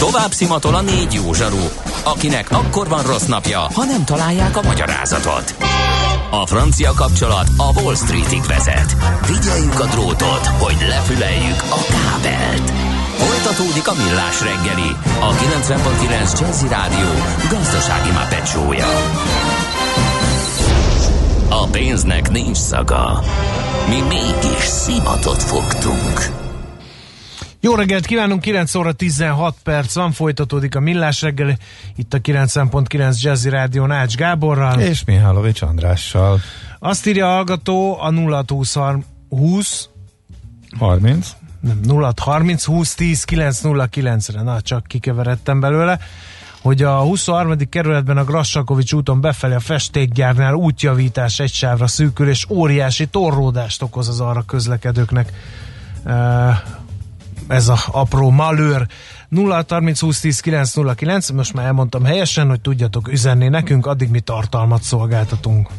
Tovább szimatol a 4 jó zsaru, akinek akkor van rossz napja, ha nem találják a magyarázatot. A francia kapcsolat a Wall Streetig vezet. Figyeljük a drótot, hogy lefüleljük a kábelt. Folytatódik a Millás reggeli, a 90.9 Jazzy Rádió gazdasági mápecsója. A pénznek nincs szaga. Mi mégis szimatot fogtunk. Jó reggelt kívánunk, 9 óra 16 perc van, folytatódik a Millás reggeli, itt a 90.9 Jazzy Rádión Ács Gáborral. És Mihálovics Andrással. Azt írja a hallgató a 0630 20 10 909-re, na csak kikeveredtem belőle, hogy a 23. kerületben a Grassalkovich úton befelé a festékgyárnál útjavítás egy sávra szűkül, és óriási torlódást okoz az arra közlekedőknek. Ez a apró malőr. 0630 20 10 909, most már elmondtam helyesen, hogy tudjatok üzenni nekünk, addig mi tartalmat szolgáltatunk.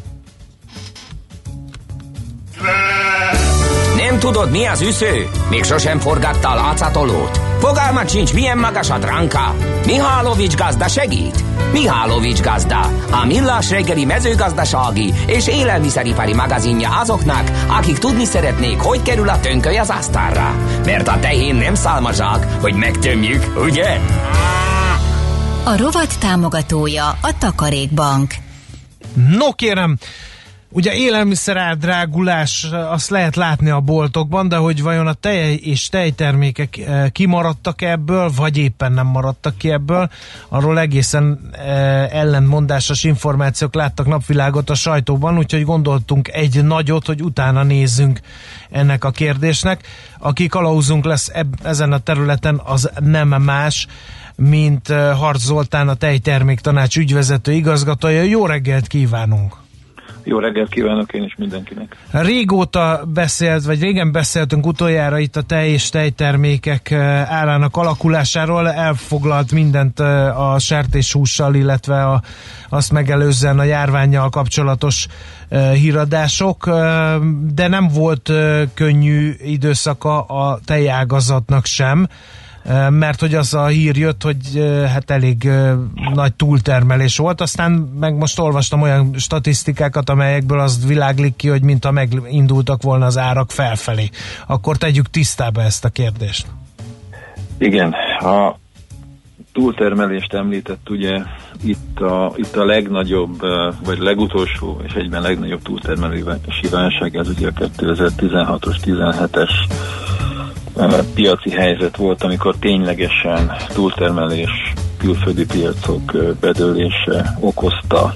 Nem tudod, mi az üsző? Még sosem forgatta a látszatolót? Fogalmat sincs, milyen magas a dránka? Mihálovics gazda segít? Mihálovics gazda, a Millás reggeli mezőgazdasági és élelmiszeripari magazinja azoknak, akik tudni szeretnék, hogy kerül a tönköly az asztalra. Mert a tehén nem szálmazsák, hogy megtömjük, ugye? A rovat támogatója a Takarékbank. No kérem, ugye élelmiszer átdrágulás, azt lehet látni a boltokban, de hogy vajon a tej és tejtermékek kimaradtak ebből, vagy éppen nem maradtak ki ebből, arról egészen ellentmondásos információk láttak napvilágot a sajtóban, úgyhogy gondoltunk egy nagyot, hogy utána nézzünk ennek a kérdésnek. Aki kalauzunk lesz ezen a területen, az nem más, mint Harc Zoltán, a Tejtermék Tanács ügyvezető igazgatója. Jó reggelt kívánunk! Jó reggelt kívánok én is mindenkinek. Régóta beszélt, vagy régen beszéltünk utoljára itt a tej és tejtermékek árának alakulásáról, elfoglalt mindent a sertéshússal, illetve azt megelőzően a járvánnyal kapcsolatos híradások, de nem volt könnyű időszaka a tejágazatnak sem, mert hogy az a hír jött, hogy hát elég nagy túltermelés volt, aztán meg most olvastam olyan statisztikákat, amelyekből az világlik ki, hogy mintha megindultak volna az árak felfelé. Akkor tegyük tisztába ezt a kérdést. Igen, a túltermelést említett, ugye itt a legnagyobb, vagy legutolsó és egyben legnagyobb túltermelési válság, ez ugye a 2016-os, 17-es piaci helyzet volt, amikor ténylegesen túltermelés, külföldi piacok bedőlése okozta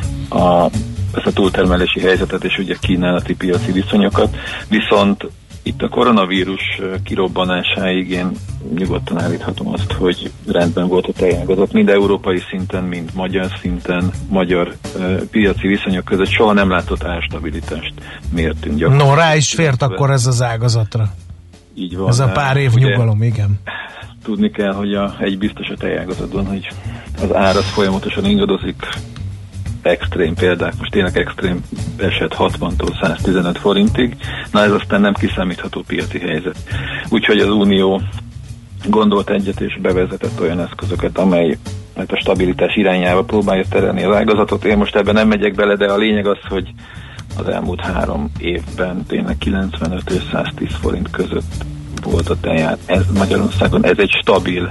ezt a túltermelési helyzetet, és ugye kínálati piaci viszonyokat. Viszont itt a koronavírus kirobbanásáig én nyugodtan állíthatom azt, hogy rendben volt a tejágazat, mind európai szinten, mind magyar szinten, magyar piaci viszonyok között soha nem látott árstabilitást mértünk. No, rá is fért akkor ez az ágazatra. Így van. Ez a pár év nyugalom, igen. Tudni kell, hogy egy biztos a tejágazatban, hogy az ár az folyamatosan ingadozik. Extrém példák, most tényleg extrém eset 60-tól 115 forintig. Na ez aztán nem kiszámítható piaci helyzet. Úgyhogy az Unió gondolt egyet és bevezetett olyan eszközöket, amely a stabilitás irányába próbálja terelni az ágazatot. Én most ebben nem megyek bele, de a lényeg az, hogy az elmúlt 3 évben tényleg 95 és 110 forint között volt a tejár. Ez Magyarországon, ez egy stabil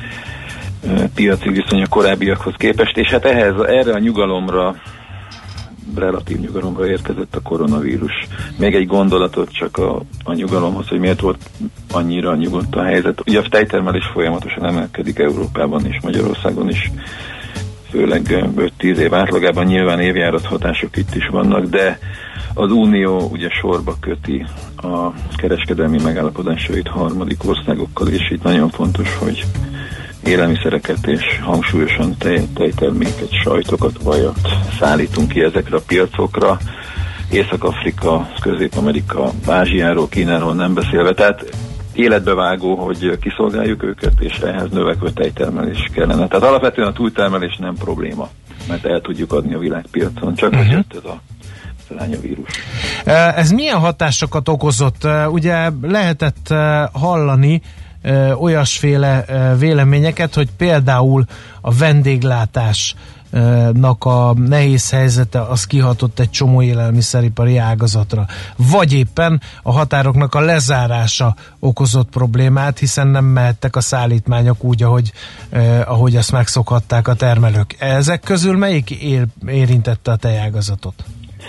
piaci viszony a korábbiakhoz képest, és hát erre a nyugalomra, relatív nyugalomra érkezett a koronavírus. Még egy gondolatot csak a nyugalomhoz, hogy miért volt annyira nyugodt a helyzet. Ugye a tejtermelés folyamatosan emelkedik Európában és Magyarországon is, főleg 5-10 év átlagában, nyilván évjárat hatások itt is vannak, de az Unió ugye sorba köti a kereskedelmi megállapodásait harmadik országokkal, és itt nagyon fontos, hogy élelmiszereket és hangsúlyosan tejterméket, sajtokat, vajat szállítunk ki ezekre a piacokra. Észak-Afrika, Közép-Amerika, Ázsiáról, Kínáról nem beszélve. Tehát életbevágó, hogy kiszolgáljuk őket, és ehhez növekvő tejtermelés kellene. Tehát alapvetően a túltermelés nem probléma, mert el tudjuk adni a világpiacon, csak hogy jött ez a lányavírus. Ez milyen hatásokat okozott? Ugye lehetett hallani olyasféle véleményeket, hogy például a vendéglátásnak a nehéz helyzete az kihatott egy csomó élelmiszeripari ágazatra. Vagy éppen a határoknak a lezárása okozott problémát, hiszen nem mehettek a szállítmányok úgy, ahogy ezt megszokhatták a termelők. Ezek közül melyik érintette a tejágazatot?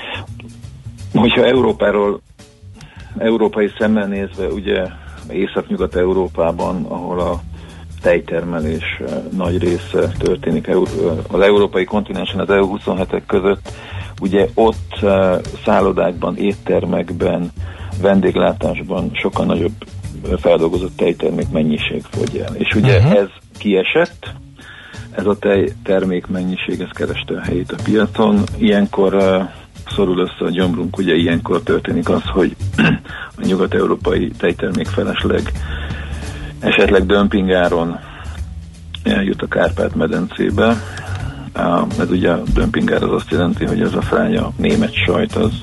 Hogyha európai szemmel nézve, ugye Észak-Nyugat-Európában, ahol a tejtermelés nagy része történik az európai kontinensen, az EU27-ek között, ugye ott szállodákban, éttermekben, vendéglátásban sokkal nagyobb feldolgozott tejtermék mennyiség fogy el. És ugye ez kiesett, ez a tejtermék mennyiség, ez kereste a helyét a piacon. Ilyenkor szorul össze a gyomrunk, ugye ilyenkor történik az, hogy a nyugat-európai tejtermék felesleg esetleg dömpingáron eljut a Kárpát-medencébe. Ez ugye a dömpingár az azt jelenti, hogy ez a fránya német sajt, az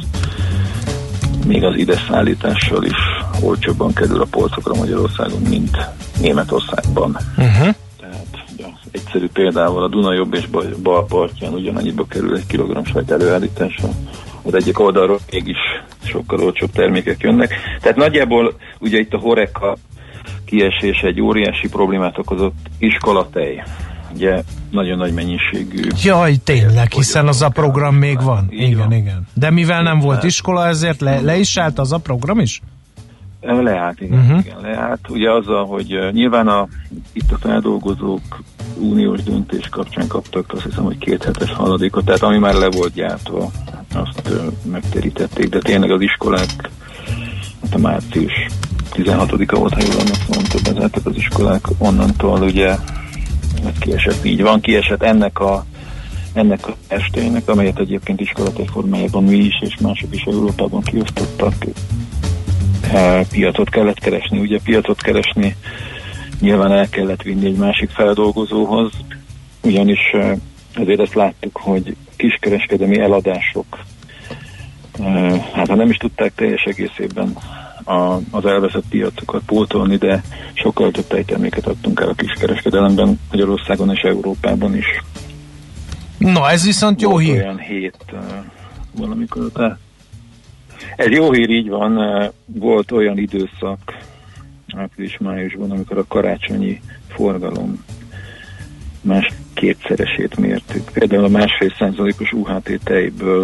még az ide szállítással is olcsóbban kerül a polcokra Magyarországon, mint Németországban. Tehát ugye, egyszerű példával a Duna jobb és bal partján ugyanannyiba kerül egy kilogramm sajt előállítása. Az egyik oldalról mégis sokkal olcsóbb termékek jönnek. Tehát nagyjából ugye itt a Horeca kiesése egy óriási problémát okozott, iskolatej. Ugye nagyon nagy mennyiségű. Jaj, tényleg, hiszen az a program még van. Igen. De mivel nem volt iskola, ezért le is állt az a program is? Leállt, igen, leállt. Ugye azzal, hogy nyilván itt a feldolgozók uniós döntés kapcsán kaptak, azt hiszem, hogy 2 hetes haladékot, tehát ami már le volt gyártva, azt megterítették, de tényleg az iskolák, hát a március 16-a volt, ha jól emlékszem, bezártak az iskolák, onnantól ugye kiesett, így van, kiesett ennek a estének, amelyet egyébként iskolatej formájában mi is és mások is Európában kiosztottak, piacot kellett keresni. Ugye piacot keresni nyilván el kellett vinni egy másik feldolgozóhoz, ugyanis ezért ezt láttuk, hogy kiskereskedelmi eladások, hát ha nem is tudták teljes egészében az elveszett piacokat pótolni, de sokkal több tejterméket adtunk el a kiskereskedelemben, Magyarországon és Európában is. Na, ez viszont jó hír. Olyan valamikor. Ez jó hír, így van. Volt olyan időszak, április-májusban, amikor a karácsonyi forgalom kétszeresét mértük. Például a 1,5%-os UHT tejből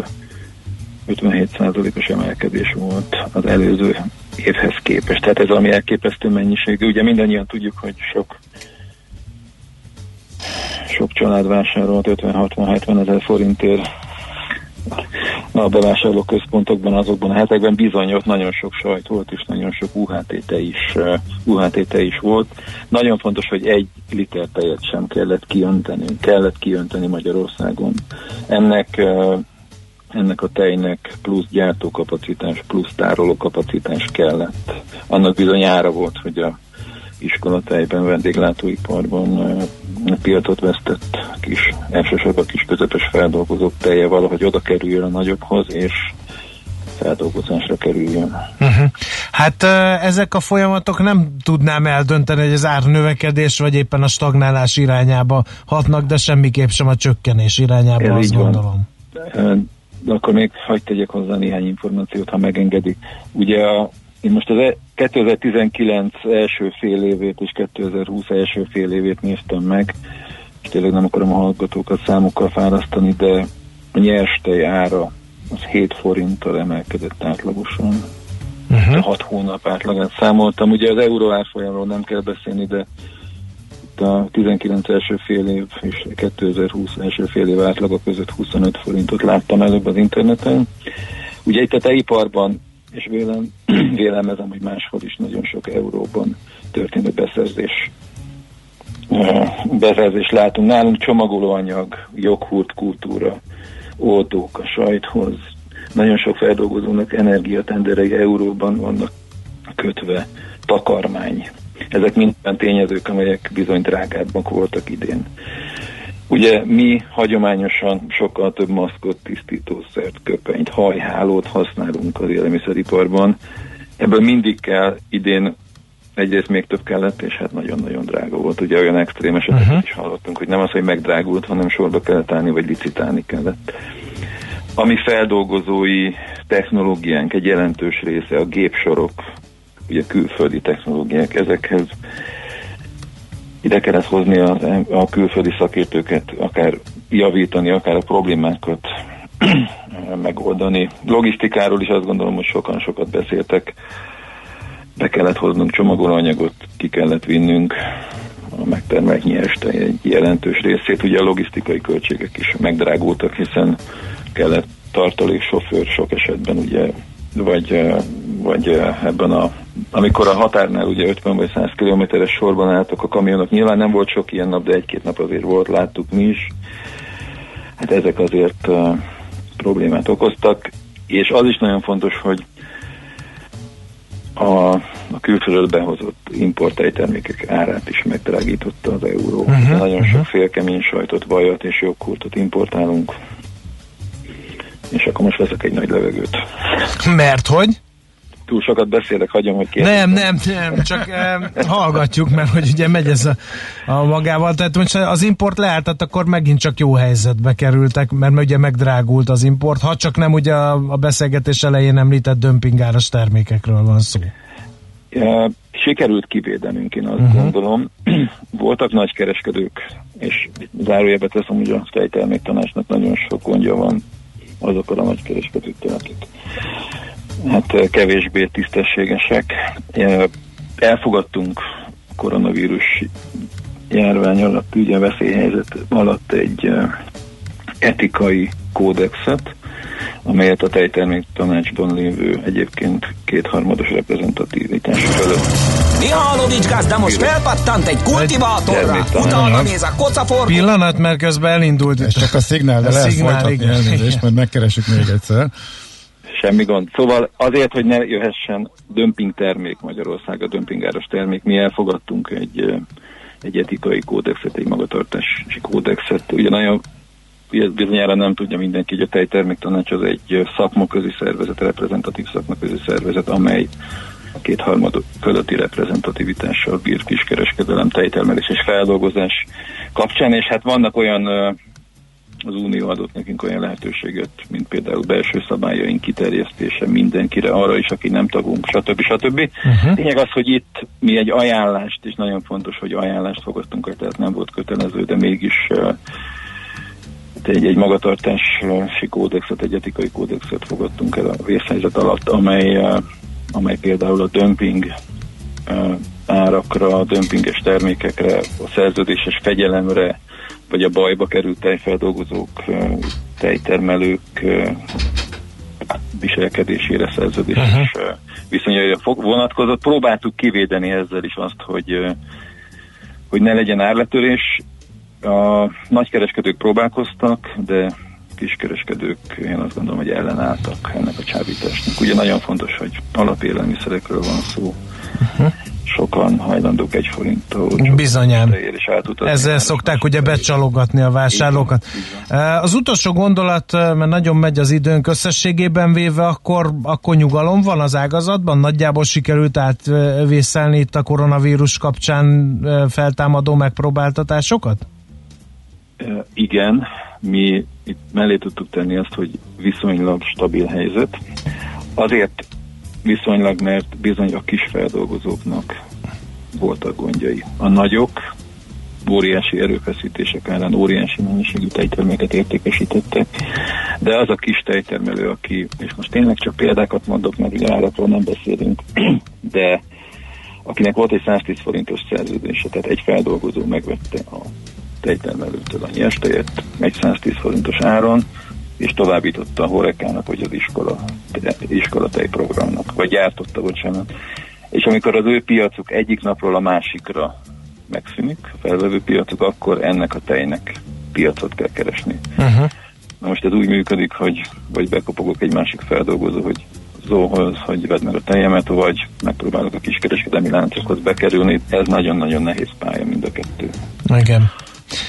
57%-os emelkedés volt az előző évhez képest. Tehát ez ami elképesztő mennyiségű. Ugye mindannyian tudjuk, hogy sok család vásárolt 50-60-70 ezer forintért a bevásárló központokban, azokban a hetekben bizony ott nagyon sok sajt volt, és nagyon sok UHT tej is volt. Nagyon fontos, hogy 1 liter tejet sem kellett kiönteni Magyarországon. Ennek a tejnek plusz gyártókapacitás, plusz tárolókapacitás kellett. Annak bizony ára volt, hogy a iskolatejben, vendéglátóiparban piacot vesztett elsősorban kis közepes feldolgozók teje valahogy oda kerüljön a nagyobbhoz, és feldolgozásra kerüljön. Hát ezek a folyamatok nem tudnám eldönteni, hogy az árnövekedés vagy éppen a stagnálás irányába hatnak, de semmiképp sem a csökkenés irányába, ez azt gondolom. De akkor még hadd tegyek hozzá néhány információt, ha megengedi. Ugye én most az 2019 első fél évét és 2020 első fél évét néztem meg, és tényleg nem akarom a hallgatókat számokkal fárasztani, de a nyerstej ára az 7 forinttal emelkedett átlagosan. 6 hónap átlagát számoltam. Ugye az euró árfolyamról nem kell beszélni, de itt a 19 első fél év és 2020 első fél év átlaga között 25 forintot láttam előbb az interneten. Ugye itt a tejiparban, és vélelmezem, hogy máshol is nagyon sok euróban történő beszerzés látunk. Nálunk csomagolóanyag, joghurt kultúra, oldók a sajthoz. Nagyon sok feldolgozónak energiatenderei euróban vannak kötve, takarmány. Ezek minden tényezők, amelyek bizony drágábbak voltak idén. Ugye mi hagyományosan sokkal több maszkot, tisztítószert, köpenyt, hajhálót használunk az élelmiszeriparban. Ebből mindig kell idén egyrészt még több kellett, és hát nagyon-nagyon drága volt. Ugye olyan extrém eseteket is hallottunk, hogy nem az, hogy megdrágult, hanem sorba kellett állni, vagy licitálni kellett. Ami feldolgozói technológiánk egy jelentős része, a gépsorok, ugye külföldi technológiák, ezekhez ide kellett hozni a külföldi szakértőket, akár javítani, akár a problémákat megoldani. Logisztikáról is azt gondolom, hogy sokat beszéltek. Be kellett hoznunk csomagolóanyagot, ki kellett vinnünk a megtermelt nyerstej egy jelentős részét. Ugye a logisztikai költségek is megdrágultak, hiszen kellett tartaléksofőr sok esetben, ugye, vagy ebben amikor a határnál ugye 50 vagy 100 kilométeres sorban álltak a kamionok, nyilván nem volt sok ilyen nap, de egy-két nap azért volt, láttuk mi is. Hát ezek azért problémát okoztak, és az is nagyon fontos, hogy a külföldről behozott importtejtermékek árát is megdrágította az euró. Nagyon sok félkemény sajtot, vajat és joghurtot importálunk, és akkor most veszek egy nagy levegőt. Mert hogy? Túl sokat beszélek, hagyom, hogy kérdezzem. Nem, csak hallgatjuk, mert hogy ugye megy ez a magával, tehát most az import leállt, akkor megint csak jó helyzetbe kerültek, mert ugye megdrágult az import, ha csak nem ugye a beszélgetés elején említett dömpingáras termékekről van szó. Sikerült kivédenünk, én azt gondolom. Voltak nagykereskedők, és zárójelbe teszem, hogy a tejterméktanácsnak nagyon sok gondja van azokkal a nagykereskedőkkel, akik hát kevésbé tisztességesek. Elfogadtunk koronavírus járvány alatt, ugye a veszélyhelyzet alatt egy etikai kódexet, amelyet a tejterméktanácsban lévő egyébként kétharmados reprezentativitás fölött. Mihálovics gazda most felpattant egy kultivátorra, utána néz a kocaforgó. Pillanat, mert közben elindult. Ez csak a szignál, de lehet folytatni, elnézést, majd megkeressük még egyszer. Semmi gond. Szóval azért, hogy ne jöhessen dömping termék Magyarország, a dömpingáros termék, mi elfogadtunk egy etikai kódexet, egy magatartási kódexet. Ugye nagyon bizonyára nem tudja mindenki, hogy a tejterméktanács az egy szakmaközi szervezet, reprezentatív szakmaközi szervezet, amely kétharmad fölötti reprezentativitással bír kiskereskedelem, tejtermelés és feldolgozás kapcsán, és hát vannak olyan, az Unió adott nekünk olyan lehetőséget, mint például belső szabályaink kiterjesztése mindenkire, arra is, aki nem tagunk, stb. Lényeg az, hogy itt mi egy ajánlást, és nagyon fontos, hogy ajánlást fogadtunk el, tehát nem volt kötelező, de mégis egy magatartási kódexet, egy etikai kódexet fogadtunk el a vészhelyzet alatt, amely például a dömping árakra, a dömpinges termékekre, a szerződéses fegyelemre, vagy a bajba került tejfeldolgozók, tejtermelők viselkedésére, szerződéses viszonyaira vonatkozott. Próbáltuk kivédeni ezzel is azt, hogy ne legyen árletörés. A nagykereskedők próbálkoztak, de kiskereskedők, én azt gondolom, hogy ellenálltak ennek a csábításnak. Ugye nagyon fontos, hogy alapélelmiszerekről van szó. Sokan hajlandók 1 forinttal. Bizonyán. Ezzel szokták ugye becsalogatni a vásárlókat. Az utolsó gondolat, mert nagyon megy az időnk, összességében véve, akkor nyugalom van az ágazatban? Nagyjából sikerült átvészelni itt a koronavírus kapcsán feltámadó megpróbáltatásokat? Igen, mi itt mellé tudtuk tenni azt, hogy viszonylag stabil helyzet. Azért viszonylag, mert bizony a kis feldolgozóknak voltak gondjai. A nagyok óriási erőfeszítések ellen óriási mennyiségű tejterméket értékesítettek, de az a kis tejtermelő, aki, és most tényleg csak példákat mondok, mert ugye árakról nem beszélünk, de akinek volt egy 110 forintos szerződése, tehát egy feldolgozó megvette a tejtermelőtől a nyerstejet egy 110 forintos áron, és továbbította a Horekának, vagy az iskola tejprogramnak, vagy gyártotta, bocsánat. És amikor az ő piacuk egyik napról a másikra megszűnik, a felvevő piacuk, akkor ennek a tejnek piacot kell keresni. Na most ez úgy működik, hogy vagy bekopogok egy másik feldolgozó, hogy Zóhoz, hogy vedd meg a tejemet, vagy megpróbálok a kiskereskedelmi láncokhoz bekerülni. Ez nagyon-nagyon nehéz pálya mind a kettő. Igen.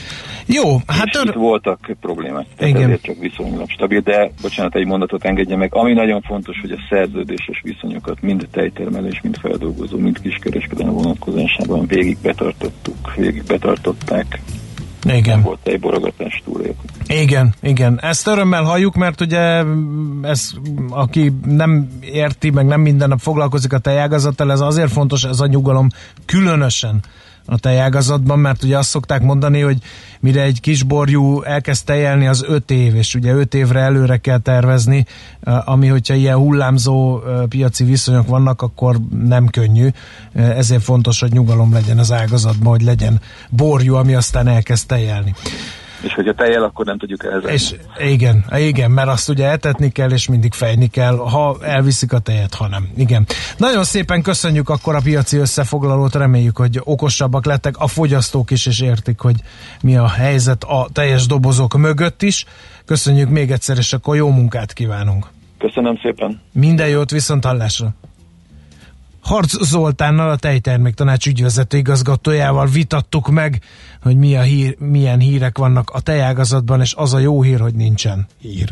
Jó, hát itt voltak problémák, ezért csak viszonylag stabil, de bocsánat, egy mondatot engedje meg. Ami nagyon fontos, hogy a szerződéses viszonyokat mind tejtermelés, mind feldolgozó, mind kiskereskedelem vonatkozásában végig betartották. Igen. Volt tejborogatás túléltük. Igen. Ezt örömmel halljuk, mert ugye ez, aki nem érti, meg nem minden nap foglalkozik a tejágazattal, ez azért fontos, ez a nyugalom különösen a tejágazatban, mert ugye azt szokták mondani, hogy mire egy kisborjú elkezd tejelni, az 5 év, és ugye 5 évre előre kell tervezni, ami hogyha ilyen hullámzó piaci viszonyok vannak, akkor nem könnyű. Ezért fontos, hogy nyugalom legyen az ágazatban, hogy legyen borjú, ami aztán elkezd tejelni. És hogyha tejjel, akkor nem tudjuk elvezetni. És igen, mert azt ugye etetni kell, és mindig fejni kell, ha elviszik a tejet, ha nem. Igen. Nagyon szépen köszönjük akkor a piaci összefoglalót, reméljük, hogy okosabbak lettek a fogyasztók is, és értik, hogy mi a helyzet a teljes dobozok mögött is. Köszönjük még egyszer, és akkor jó munkát kívánunk. Köszönöm szépen. Minden jót, viszont hallásra. Harcz Zoltánnal, a Tejterméktanács ügyvezető igazgatójával vitattuk meg, hogy milyen hírek vannak a tejágazatban, és az a jó hír, hogy nincsen hír.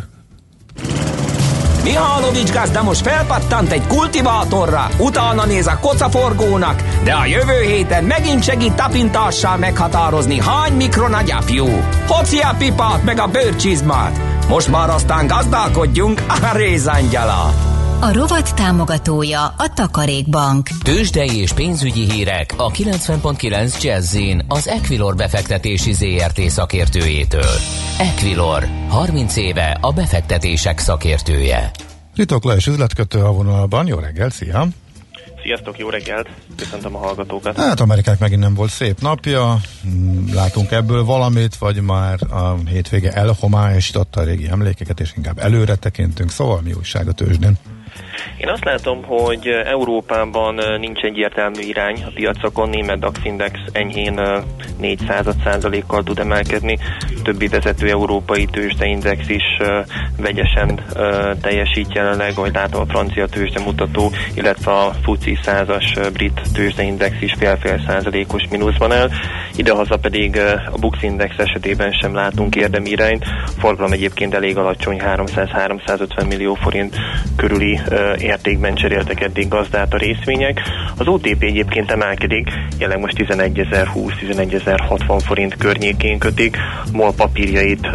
Mihálovics gazda most felpattant egy kultivátorra, utána néz a kocaforgónak, de a jövő héten megint segít tapintással meghatározni, hány mikron a gyapjú. Hoci a pipát meg a bőrcsizmát. Most már aztán gazdálkodjunk a rézangyalat. A rovat támogatója a Takarékbank. Tőzsdei és pénzügyi hírek a 90.9 Jazz-in az Equilor befektetési ZRT szakértőjétől. Equilor, 30 éve a befektetések szakértője. Titok Lajos üzletkötő a vonalban. Jó reggelt, szia! Sziasztok, jó reggelt! Köszöntöm a hallgatókat! Hát Amerikák megint nem volt szép napja. Látunk ebből valamit, vagy már a hétvége elhomályosította a régi emlékeket, és inkább előre tekintünk. Szóval mi újság a tőzsdén? Én azt látom, hogy Európában nincs egyértelmű irány a piacokon, német DAX index enyhén 0,04%-kal tud emelkedni, többi vezető európai tőzsdeindex is vegyesen teljesít jelenleg, ahogy látom a francia tőzsdemutató, illetve a FTSE 100-as brit tőzsdeindex is fél százalékos mínuszban áll. Idehaza pedig a Bux Index esetében sem látunk érdemi irányt, forgalom egyébként elég alacsony, 300-350 millió forint körüli értékben cseréltek eddig gazdát a részvények. Az OTP egyébként emelkedik, jelenleg most 11.020-11.060 forint környékén kötik, MOL papírjait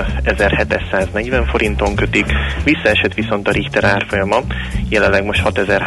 1.740 forinton kötik, visszaesett viszont a Richter árfolyama, jelenleg most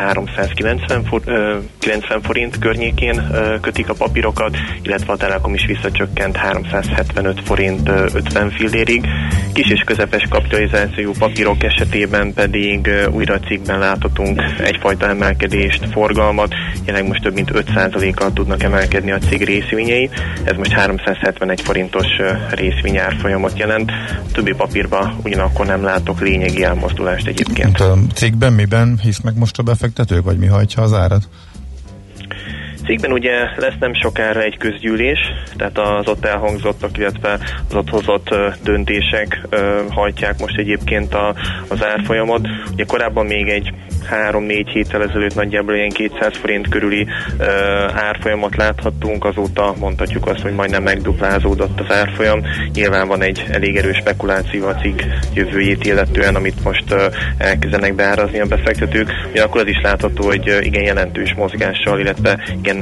6.390 forint környékén kötik a papírokat, illetve a Telekom is visszacsökkent 375 forint 50 fillérig. Kis és közepes kapitalizációjú papírok esetében pedig újra cikkben láthatunk egyfajta emelkedést, forgalmat, jelenleg most több mint 5%-kal tudnak emelkedni a cég részvényei, ez most 371 forintos részvényárfolyamot jelent, a többi papírban ugyanakkor nem látok lényegi elmozdulást egyébként. A cikkben miben hisz meg most a befektető, vagy mi hajtja az árat? Cégben ugye lesz nem sokára egy közgyűlés, tehát az ott elhangzottak, illetve az ott hozott döntések hajtják most egyébként az árfolyamot. Ugye korábban még egy 3-4 héttel ezelőtt nagyjából ilyen 200 forint körüli árfolyamot láthattunk, azóta mondhatjuk azt, hogy majdnem megduplázódott az árfolyam. Nyilván van egy elég erős spekuláció a cég jövőjét illetően, amit most elkezdenek beárazni a befektetők. Ugyanakkor az is látható, hogy igen jelentős mozgással, illetve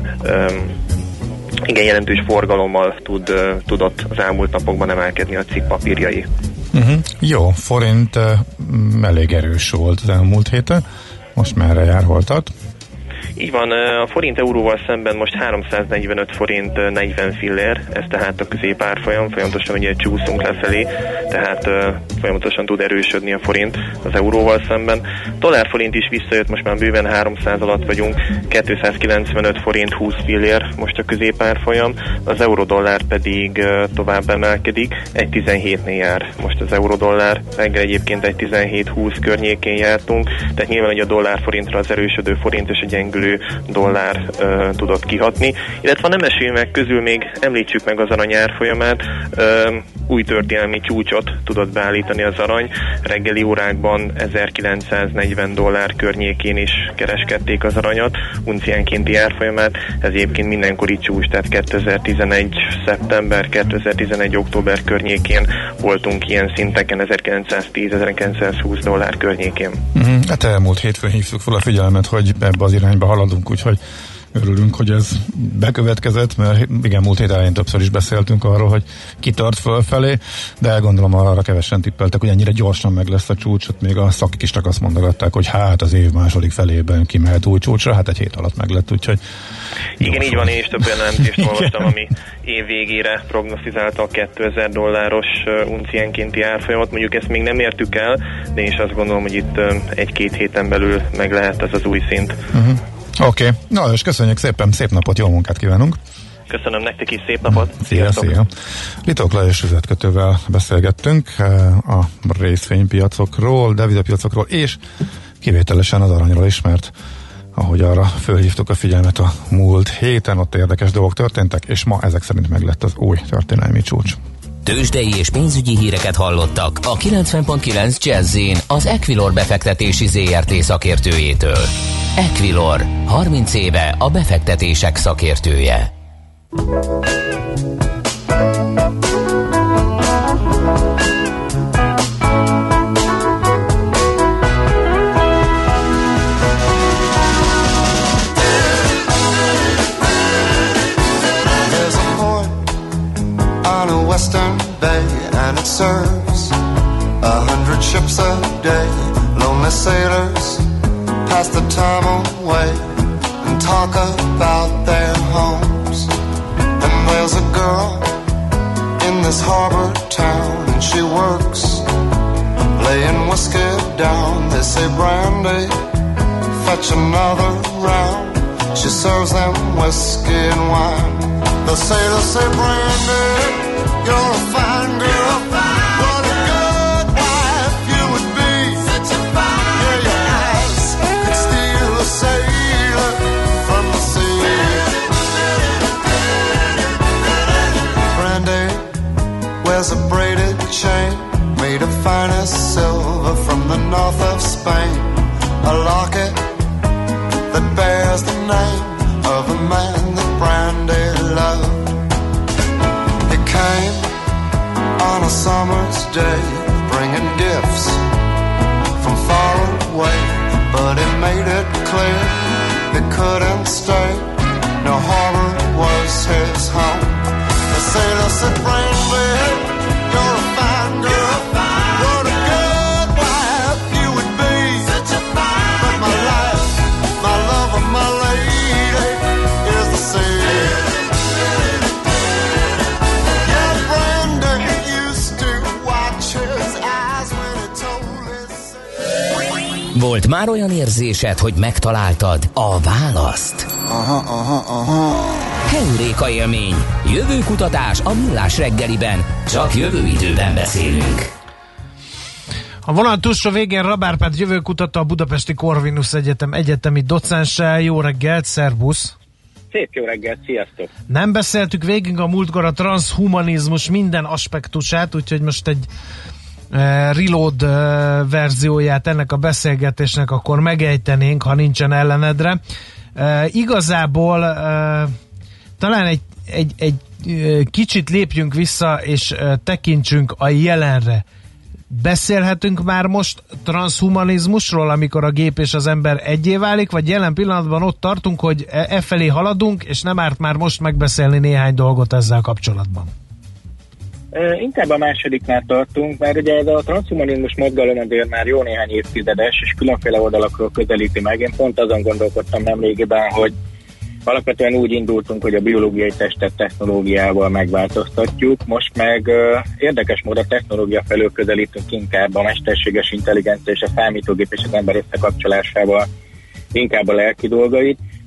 igen jelentős forgalommal tudott az elmúlt napokban emelkedni a cikk papírjai. Jó, forint elég erős volt az elmúlt héten. Most merre jár, hol tart? Így van, a forint euróval szemben most 345 forint 40 fillér, ez tehát a középárfolyam, folyamatosan ugye csúszunk lefelé, tehát folyamatosan tud erősödni a forint az euróval szemben. Dollár-forint is visszajött, most már bőven 300 alatt vagyunk, 295 forint 20 fillér most a középárfolyam, az euró-dollár pedig tovább emelkedik, 1,17-nél jár most az euró-dollár, reggel egyébként 1,17-20 környékén jártunk, tehát nyilván, hogy a dollár-forintra az erősödő forint és a gyengülő körül dollár tudott kihatni. Illetve a nemesfémek közül még említsük meg az arany árfolyamát, új történelmi csúcsot tudott beállítani az arany. Reggeli órákban $1940 környékén is kereskedték az aranyat, unciánkénti árfolyamát, ez egyébként mindenkori csúcs, tehát 2011. szeptember, 2011. október környékén voltunk ilyen szinteken, $1910-1920 környékén. Hát elmúlt hétfőn hívtuk fel a figyelmet, hogy ebbe az irányba haladunk, úgyhogy örülünk, hogy ez bekövetkezett, mert igen, múlt hét elején többször is beszéltünk arról, hogy kitart fölfelé, de gondolom arra kevesen tippeltek, hogy ennyire gyorsan meg lesz a csúcsot, még a szakik is csak azt mondogatták, hogy hát az év második felében kimehet új csúcsra, hát egy hét alatt meg lett, úgyhogy... Igen, így van, én is több olyan elemzést olvastam, ami év végére prognosztizálta a $2000 unciánkénti árfolyamat, mondjuk ezt még nem értük el, de én is azt gondolom, hogy itt egy-két héten belül meg lehet ez az új szint. Oké. Na, és köszönjük szépen, szép napot, jó munkát kívánunk! Köszönöm nektek is, szép napot! Szia! Litók Lajos üzletkötővel beszélgettünk a részvénypiacokról, devizapiacokról, és kivételesen az aranyról is, mert ahogy arra fölhívtuk a figyelmet a múlt héten, ott érdekes dolgok történtek, és ma ezek szerint meg lett az új történelmi csúcs. Tőzsdei és pénzügyi híreket hallottak a 90.9 Jazz-in az Equilor befektetési ZRT szakértőjétől. Equilor, 30 éve a befektetések szakértője. Western Bay, and it serves 100 ships a day. Lonely sailors pass the time away and talk about their homes. And there's a girl in this harbor town, and she works laying whiskey down. They say, Brandy, fetch another round. She serves them whiskey and wine. The sailors say, Brandy, you're a fine girl, what a good wife you would be. Such a fine yeah, your eyes could steal a sailor from the sea. Brandy wears a braided chain made of finest silver from the north of Spain. A locket that bears the name of a man that Brandy loved. Came on a summer's day, bringing gifts from far away, but he made it clear he couldn't stay. No harbor was his home. The sailor said, Brandy, you're a fine girl, what a good wife you would be. Such a fine but my life, my love, and my lady is the sea. Volt már olyan érzésed, hogy megtaláltad a választ? Aha. Heuréka élmény. Jövőkutatás a Millás reggeliben. Csak jövő időben beszélünk. A vonal túlsó végén Rabárpát jövőkutató, a Budapesti Corvinus Egyetem egyetemi docense. Jó reggelt, szervusz! Szép jó reggelt, sziasztok! Nem beszéltük végig a múltkor a transhumanizmus minden aspektusát, úgyhogy most egy reload verzióját ennek a beszélgetésnek akkor megejtenénk, ha nincsen ellenedre. Igazából talán egy kicsit lépjünk vissza és tekintsünk a jelenre. Beszélhetünk már most transhumanizmusról, amikor a gép és az ember egyé válik, vagy jelen pillanatban ott tartunk, hogy felé haladunk, és nem árt már most megbeszélni néhány dolgot ezzel kapcsolatban? Inkább a másodiknál tartunk, mert ugye ez a transhumanizmus mozgalom azért már jó néhány évtizedes, és különféle oldalakról közelíti meg. Én pont azon gondolkodtam nemrégiben, hogy alapvetően úgy indultunk, hogy a biológiai testet technológiával megváltoztatjuk, most meg érdekes módon a technológia felől közelítünk inkább a mesterséges intelligencia és a számítógép és az ember összekapcsolásával inkább a lelki dolgait.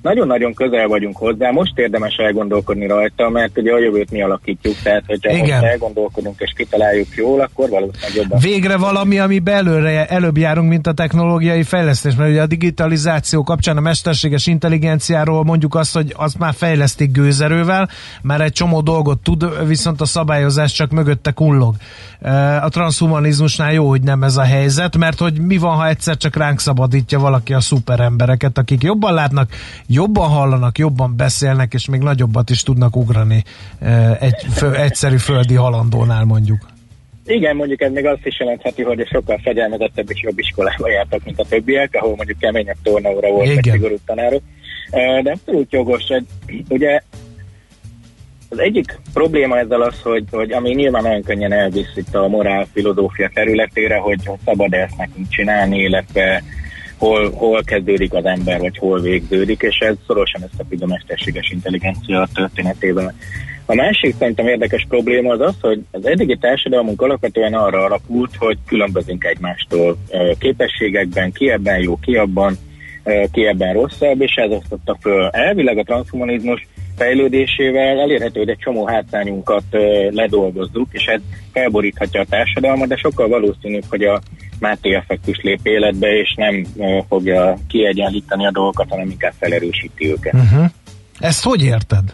nagyon-nagyon közel vagyunk hozzá, most érdemes elgondolkodni rajta, mert ugye a jövőt mi alakítjuk, tehát hogyha most elgondolkodunk és kitaláljuk jól, akkor valószínűleg jobban. Végre valami, ami belőle előbb járunk, mint a technológiai fejlesztés, mert ugye a digitalizáció kapcsán a mesterséges intelligenciáról mondjuk azt, hogy azt már fejlesztik gőzerővel, már egy csomó dolgot tud, viszont a szabályozás csak mögötte kullog. A transhumanizmusnál jó, hogy nem ez a helyzet, mert hogy mi van, ha egyszer csak ránk szabadítja valaki a szuperembereket, akik jobban látnak, jobban hallanak, jobban beszélnek, és még nagyobbat is tudnak ugrani egy egyszerű földi halandónál mondjuk. Igen, mondjuk ez még azt is jelentheti, hogy sokkal fegyelmezettebb és jobb iskolába jártak, mint a többiek, ahol mondjuk keményebb tornaóra volt, meg szigorú tanárok. De abszolút jogos, hogy ugye az egyik probléma ezzel az, hogy ami nyilván nagyon könnyen elvisz itt a morál filozófia területére, hogy szabad-e ezt nekünk csinálni, illetve hol kezdődik az ember, vagy hol végződik, és ez szorosan összefügg a mesterséges intelligencia történetével. A másik szerintem érdekes probléma az az, hogy az eddigi társadalmunk alapvetően arra alapult, hogy különbözünk egymástól képességekben, ki ebben jó, ki abban, ki ebben rosszabb, és ez osztotta föl. Elvileg a transhumanizmus fejlődésével elérhető, hogy egy csomó hátrányunkat ledolgozzuk, és ez felboríthatja a társadalmat, de sokkal valószínűbb, hogy a Máté-effektus lép életbe, és nem fogja kiegyenlíteni a dolgokat, hanem inkább felerősíti őket. Ezt hogy érted?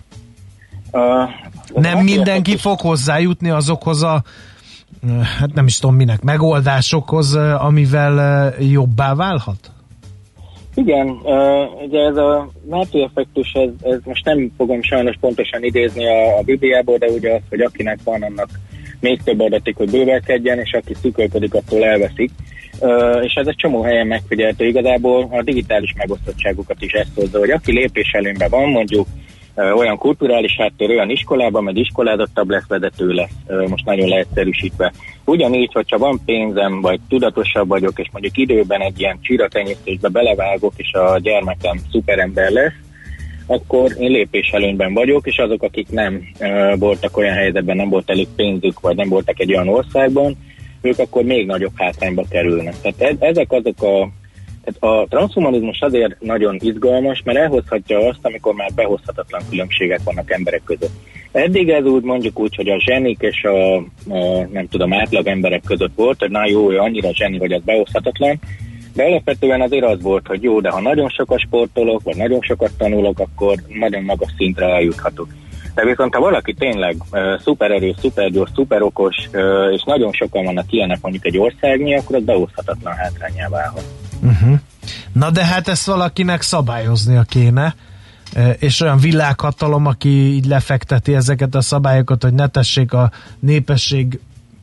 Nem mindenki fog hozzájutni azokhoz a hát nem is tudom minek, megoldásokhoz, amivel jobbá válhat? Igen, ugye ez a Máté-effektus, ez most nem fogom sajnos pontosan idézni a Bibliából, de ugye az, hogy akinek van, annak még több adatik, hogy bővelkedjen, és aki szűkölködik, attól elveszik. És ez egy csomó helyen megfigyelhető. Igazából a digitális megosztottságokat is ezt hozza, hogy aki lépés előnyben van, mondjuk olyan kulturális háttér, olyan iskolában, meg iskolázottabb lesz, vezető lesz, most nagyon leegyszerűsítve. Ugyanígy, hogyha van pénzem, vagy tudatosabb vagyok, és mondjuk időben egy ilyen csiratenyésztésbe belevágok, és a gyermekem szuperember lesz, akkor én lépéselőnyben vagyok, és azok, akik nem voltak olyan helyzetben, nem volt elég pénzük, vagy nem voltak egy olyan országban, ők akkor még nagyobb hátrányba kerülnek. Tehát ezek azok tehát a transhumanizmus azért nagyon izgalmas, mert elhozhatja azt, amikor már behozhatatlan különbségek vannak emberek között. Eddig ez úgy mondjuk úgy, hogy a zsenik és a nem tudom, átlag emberek között volt, hogy na jó, ő annyira zseni, hogy ez behozhatatlan, de alapvetően azért az volt, hogy jó, de ha nagyon sokat sportolok, vagy nagyon sokat tanulok, akkor nagyon magas szintre eljuthatok. De viszont ha valaki tényleg szupererős, szupergyors, szuperokos, és nagyon sokan vannak ilyenek mondjuk egy országnyi, akkor az behozhatatlan hátrányá válhat. Na de hát ezt valakinek szabályoznia kéne, és olyan világhatalom, aki így lefekteti ezeket a szabályokat, hogy ne tessék a népesség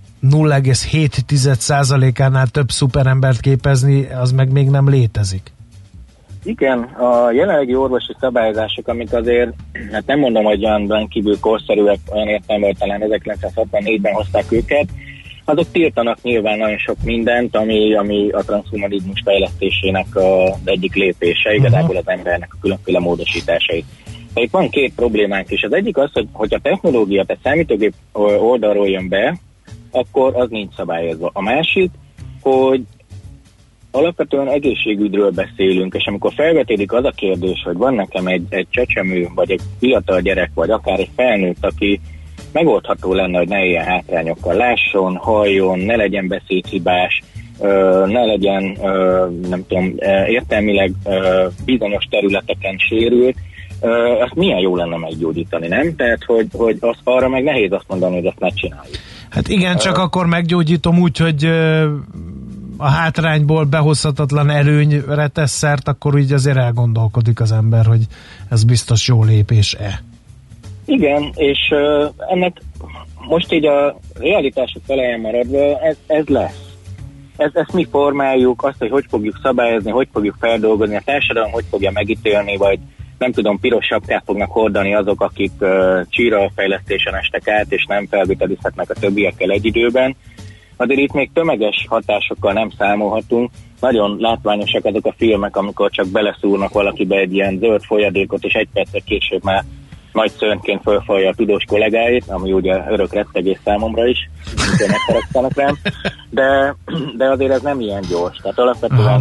0,7%-ánál több szuperembert képezni, az meg még nem létezik. Igen, a jelenlegi orvosi szabályozások, amik azért, hát nem mondom, hogy olyan rendkívül korszerűek, olyan értelemben talán 1964-ben hozták őket, azok tiltanak nyilván nagyon sok mindent, ami a transhumanizmus fejlesztésének az egyik lépése, igazából az embernek a különféle módosításait. De itt van két problémánk is. Az egyik az, hogy a technológia, tehát számítógép oldalról jön be, akkor az nincs szabályozva. A másik, hogy alapvetően egészségügyről beszélünk, és amikor felvetődik az a kérdés, hogy van nekem egy csecsemő, vagy egy fiatal gyerek, vagy akár egy felnőtt, aki megoldható lenne, hogy ne éljen hátrányokkal, lásson, halljon, ne legyen beszédhibás, ne legyen, nem tudom, értelmileg bizonyos területeken sérült, azt milyen jó lenne meggyógyítani, nem? Tehát, hogy arra meg nehéz azt mondani, hogy ezt ne csináljuk. Hát igen, csak akkor meggyógyítom úgy, hogy a hátrányból behozhatatlan előnyre tesz szert, akkor így azért elgondolkodik az ember, hogy ez biztos jó lépés-e. Igen, és ennek most így a realitások talaján maradva ez lesz. Ezt mi formáljuk, azt, hogy fogjuk szabályozni, hogy fogjuk feldolgozni, a társadalom hogy fogja megítélni, vagy nem tudom, piros sapkát fognak hordani azok, akik csíra fejlesztésen estek át, és nem felvételizhetnek a többiekkel egy időben. Azért itt még tömeges hatásokkal nem számolhatunk. Nagyon látványosak azok a filmek, amikor csak beleszúrnak valakibe egy ilyen zöld folyadékot, és egy perccel később már nagy szörnyként fölfalja a tudós kollégáit, ami ugye örök rettegés számomra is, amikor megszereztenek rám, de azért ez nem ilyen gyors. Tehát alapvetően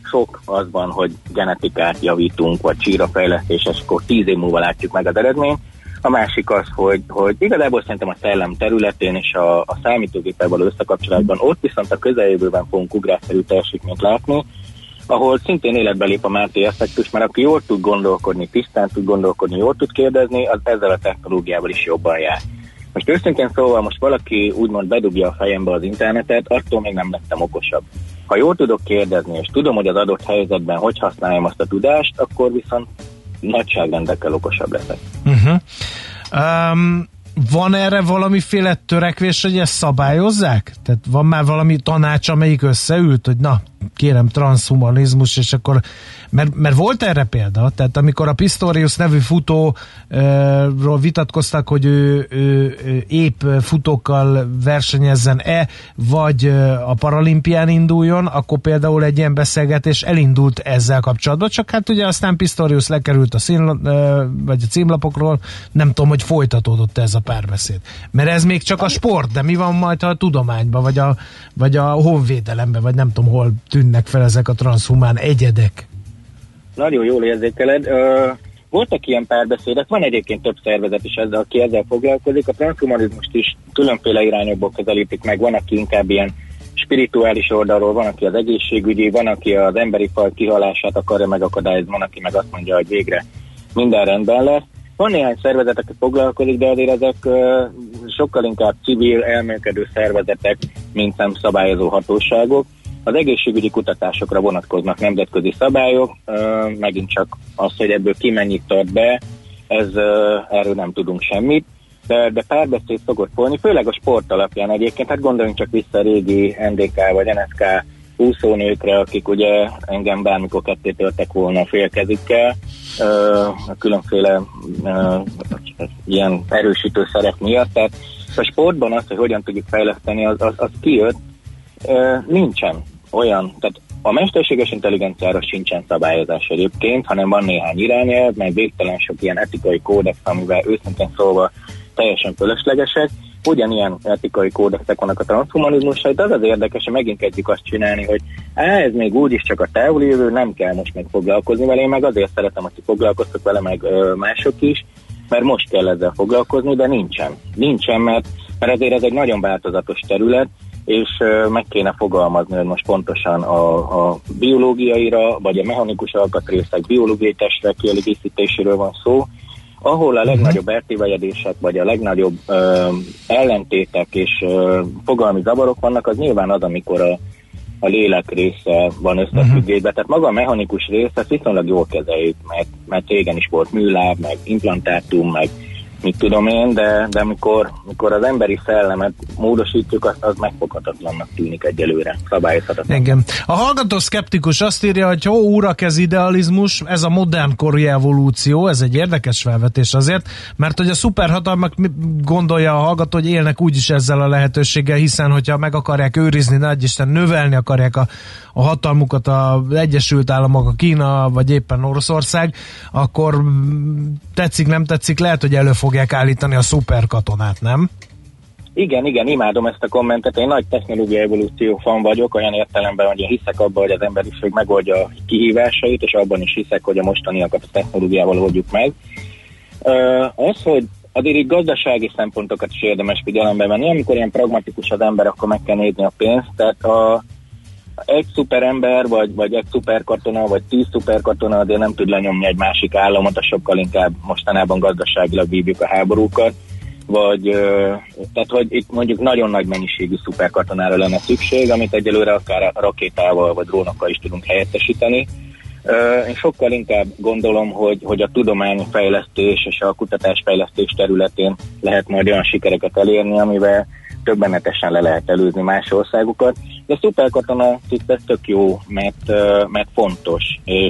sok az van, hogy genetikát javítunk, vagy csírafejlesztés, és akkor 10 év múlva látjuk meg az eredményt. A másik az, hogy igazából szerintem a szellem területén és a számítógéppel való összekapcsolatban ott viszont a közeljövőben fogunk ugrásszerű teljesítményt látni, ahol szintén életbe lép a Máté effektus, mert aki jól tud gondolkodni, tisztán tud gondolkodni, jól tud kérdezni, az ezzel a technológiával is jobban jár. Most őszintén szóval most valaki úgymond bedugja a fejembe az internetet, attól még nem lettem okosabb. Ha jól tudok kérdezni, és tudom, hogy az adott helyzetben hogy használjam azt a tudást, akkor viszont nagyságrendekkel okosabb leszek. Van erre valamiféle törekvés, hogy ezt szabályozzák? Tehát van már valami tanács, amelyik összeült, hogy na, kérem, transhumanizmus, és akkor, mert volt erre példa, tehát amikor a Pistorius nevű futóról vitatkoztak, hogy ő épp futókkal versenyezzen-e, vagy a paralimpián induljon, akkor például egy ilyen beszélgetés elindult ezzel kapcsolatban, csak hát ugye aztán Pistorius lekerült vagy a címlapokról, nem tudom, hogy folytatódott ez a párbeszéd. Mert ez még csak a sport, de mi van majd a tudományban, vagy a honvédelemben, vagy nem tudom, hol tűnnek fel ezek a transzhumán egyedek? Nagyon jól érzékeled. Voltak ilyen párbeszédek, van egyébként több szervezet is ezzel, aki ezzel foglalkozik. A transhumanizmust is különféle irányokból közelítik meg. Van, aki inkább ilyen spirituális oldalról, van, aki az egészségügyi, van, aki az emberi faj kihalását akarja megakadályozni, van, aki meg azt mondja, hogy végre minden rendben lesz. Van néhány szervezet, aki foglalkozik, de azért ezek sokkal inkább civil, elmélkedő szervezetek, mint nem szabályozó hatóságok. Az egészségügyi kutatásokra vonatkoznak nemzetközi szabályok, megint csak az, hogy ebből ki mennyit tart be, erről nem tudunk semmit, de párbeszéd szokott folyni, főleg a sport alapján egyébként, hát gondoljunk csak vissza a régi NDK vagy NSK úszónőkre, akik ugye engem bármikor ketté törtek volna a félkezükkel, különféle ilyen erősítő szerek miatt, tehát a sportban az, hogy hogyan tudjuk fejleszteni, az kijött, nincsen olyan, tehát a mesterséges intelligenciára sincsen szabályozás egyébként, hanem van néhány irányelv, meg végtelen sok ilyen etikai kódex, amivel őszintén szólva teljesen fölöslegesek. Ugyanilyen etikai kódexek vannak a transhumanizmusra, itt az érdekes, hogy megint kezdjük azt csinálni, hogy ez még úgyis csak a távoli jövő, nem kell most meg foglalkozni vele, én meg azért szeretem, hogy foglalkoztok vele, meg mások is, mert most kell ezzel foglalkozni, de nincsen, mert azért ez egy nagyon változatos terület, és meg kéne fogalmazni, hogy most pontosan a biológiaira, vagy a mechanikus alkatrészek biológiai testre kielégítéséről van szó, ahol a legnagyobb eltévejedések, vagy a legnagyobb ellentétek és fogalmi zavarok vannak, az nyilván az, amikor a lélek része van összefüggésben. Tehát maga a mechanikus része viszonylag jól kezeljük, mert régen is volt műláb, meg implantátum, meg mit tudom én, de amikor az emberi szellemet módosítjuk, az megfoghatatlannak tűnik egyelőre, szabályozhatatlan. Igen. A hallgató szkeptikus azt írja, hogy urak, ez idealizmus, ez a modernkori evolúció, ez egy érdekes felvetés azért, mert hogy a szuperhatalmak gondolja a hallgató, hogy élnek úgyis ezzel a lehetőséggel, hiszen hogyha meg akarják őrizni, nagyisten növelni akarják a hatalmukat az Egyesült Államok, a Kína, vagy éppen Oroszország, akkor tetszik, nem tetszik, lehet, hogy elő fogják állítani a szuperkatonát, nem? Igen, imádom ezt a kommentet. Én nagy technológiai evolúció fan vagyok, olyan értelemben, hogy én hiszek abban, hogy az emberiség megoldja a kihívásait, és abban is hiszek, hogy a mostaniakat a technológiával oldjuk meg. Az, hogy azért így gazdasági szempontokat is érdemes figyelembe venni. Amikor ilyen pragmatikus az ember, akkor meg kell nézni a pénzt. Tehát egy szuperember, vagy egy szuperkatona, vagy 10 szuperkatona azért nem tud lenyomni egy másik államot, a sokkal inkább mostanában gazdaságilag vívjuk a háborúkat, tehát hogy itt mondjuk nagyon nagy mennyiségű szuperkatonára lenne szükség, amit egyelőre akár rakétával vagy drónokkal is tudunk helyettesíteni. Én sokkal inkább gondolom, hogy a tudományfejlesztés és a kutatásfejlesztés területén lehet majd olyan sikereket elérni, amivel többenetesen le lehet előzni más országokat. De a szuperkatona ez tök jó, mert fontos,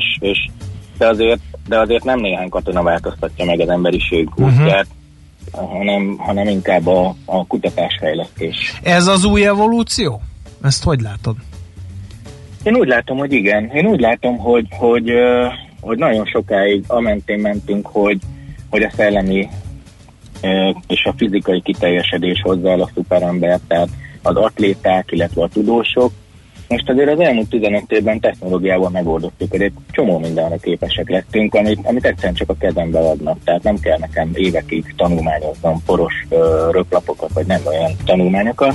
de azért nem néhány katona változtatja meg az emberiség útját, hanem inkább a kutatásfejlesztés. Ez az új evolúció? Ezt hogy látod? Én úgy látom, hogy igen. Én úgy látom, hogy nagyon sokáig amentén mentünk, hogy a szellemi és a fizikai kiteljesedés hozzá el a szuperember, tehát az atléták, illetve a tudósok, Most azért az elmúlt 15 évben technológiával megoldottuk, hogy egy csomó mindenre képesek lettünk, amit egyszerűen csak a kezembe adnak. Tehát nem kell nekem évekig tanulmányoznom poros röplapokat, vagy nem olyan tanulmányokat.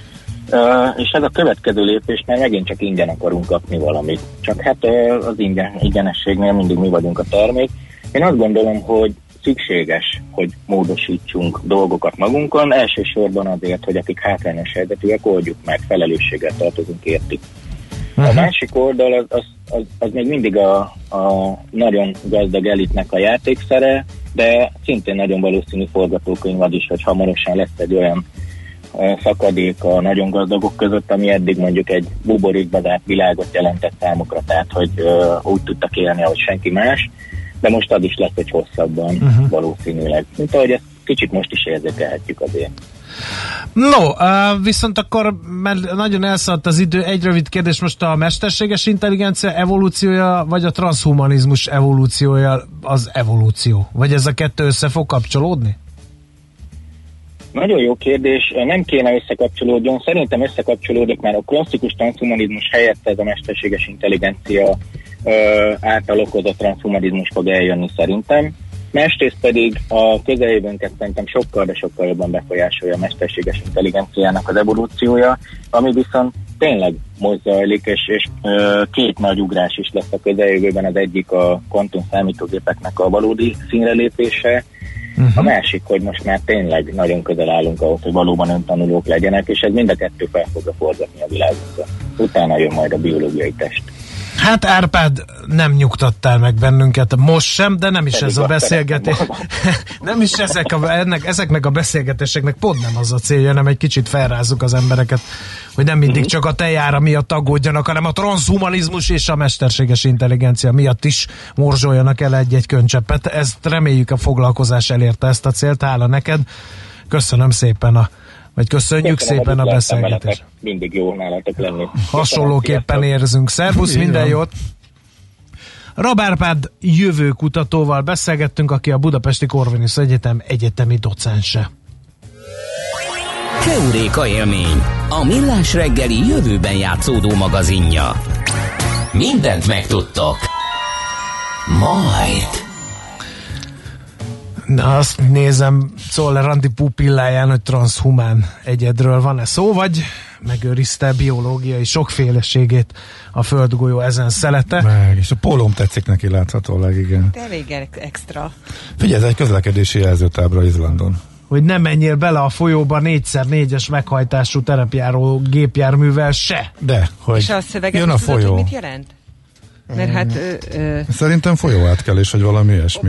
És ez a következő lépés, mert megint csak ingyen akarunk kapni valamit. Csak hát az ingyenességnél mindig mi vagyunk a termék. Én azt gondolom, hogy szükséges, hogy módosítsunk dolgokat magunkon, elsősorban azért, hogy akik hátrányos helyzetűek, oldjuk meg, felelősséggel tartozunk értük. A másik oldal az még mindig a nagyon gazdag elitnek a játékszere, de szintén nagyon valószínű forgatókönyv az is, hogy hamarosan lesz egy olyan szakadék a nagyon gazdagok között, ami eddig mondjuk egy buborékba zárt világot jelentett számukra, tehát hogy úgy tudtak élni, ahogy senki más, de most az is lesz egy hosszabban valószínűleg. Mint ahogy ezt kicsit most is érzékelhetjük azért. No, viszont akkor, mert nagyon elszaladt az idő, egy rövid kérdés, most a mesterséges intelligencia evolúciója, vagy a transzhumanizmus evolúciója az evolúció? Vagy ez a kettő össze fog kapcsolódni? Nagyon jó kérdés, nem kéne összekapcsolódjon, szerintem összekapcsolódik, már a klasszikus transzhumanizmus helyett ez a mesterséges intelligencia által okozott transzhumanizmus fog eljönni szerintem. Másrészt pedig a közeljövőnket szerintem sokkal, de sokkal jobban befolyásolja a mesterséges intelligenciának az evolúciója, ami viszont tényleg most zajlik, és két nagy ugrás is lesz a közeljövőben, az egyik a kvantum számítógépeknek a valódi színre lépése, a másik, hogy most már tényleg nagyon közel állunk ahhoz, hogy valóban öntanulók legyenek, és ez mind a kettő fel fogja forgatni a világunkra. Utána jön majd a biológiai test. Hát Árpád, nem nyugtattál meg bennünket most sem, de nem is ez a beszélgetés. Nem is ezeknek a beszélgetéseknek pont nem az a célja, hanem egy kicsit felrázzuk az embereket, hogy nem mindig csak a tejára miatt aggódjanak, hanem a transzhumanizmus és a mesterséges intelligencia miatt is morzsoljanak el egy-egy könycseppet. Ezt reméljük a foglalkozás elérte ezt a célt. Hála neked. Köszönöm szépen köszönjük szépen a beszélgetést. Mindig jó nálatok lenni. Hasonlóképpen érzünk. Szervusz, minden jót! Rab Árpád jövőkutatóval beszélgettünk, aki a Budapesti Corvinus Egyetem egyetemi docense. Keuréka élmény, a millás reggeli jövőben játszódó magazinja. Mindent megtudtok. Majd. Na, azt nézem Czoller Andi pupilláján, hogy transzhumán egyedről van-e szó, vagy megőrizte biológiai sokféleségét a földgolyó ezen szelete. Meg, és a pólóm tetszik neki láthatólag, igen. De elég extra. Figyelj, ez egy közlekedési jelzőtábla Izlandon. Hogy nem menjél bele a folyóba 4x4-es meghajtású terepjáró gépjárművel se. De, hogy és a szöveget jön a folyó. Mit jelent? Mert hát... Szerintem folyóátkelés, vagy valami ilyesmi.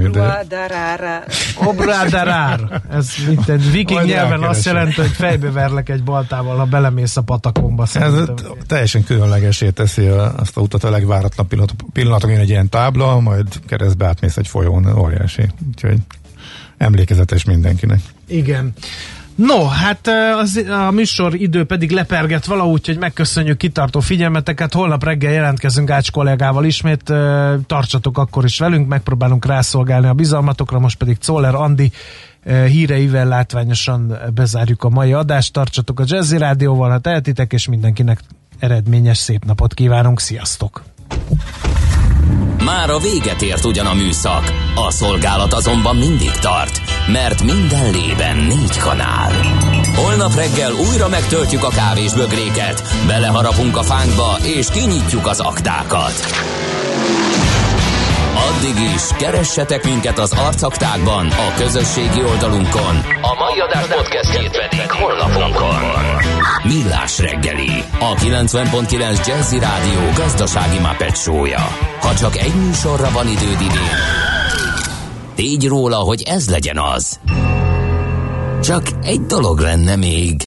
Obradarár. Ez mint egy viking nyelven azt jelenti, hogy fejbeverlek egy baltával, ha belemész a patakomba. Ez teljesen különlegesé teszi azt a utat, a legváratlan pillanatok, jön egy ilyen tábla, majd keresztbe átmész egy folyón, óriási. Úgyhogy emlékezetes mindenkinek. Igen. No, hát a műsor idő pedig leperget valahogy, hogy megköszönjük kitartó figyelmeteket. Holnap reggel jelentkezünk Ács kollégával ismét. Tartsatok akkor is velünk, megpróbálunk rászolgálni a bizalmatokra, most pedig Czoller Andi híreivel látványosan bezárjuk a mai adást. Tartsatok a Jazzy Rádióval, ha tehetitek, és mindenkinek eredményes szép napot kívánunk. Sziasztok! Már a véget ért ugyan a műszak, a szolgálat azonban mindig tart, mert minden lében 4 kanál. Holnap reggel újra megtöltjük a kávésbögréket, beleharapunk a fánkba és kinyitjuk az aktákat. Addig is keressetek minket az arcaktákban, a közösségi oldalunkon. A mai adás podcastjét pedig honlapunkon. Millás reggeli, a 90.9 Jazzy Rádió gazdasági Muppet show-ja. Ha csak egy műsorra van időd idén, tégy róla, hogy ez legyen az. Csak egy dolog lenne még.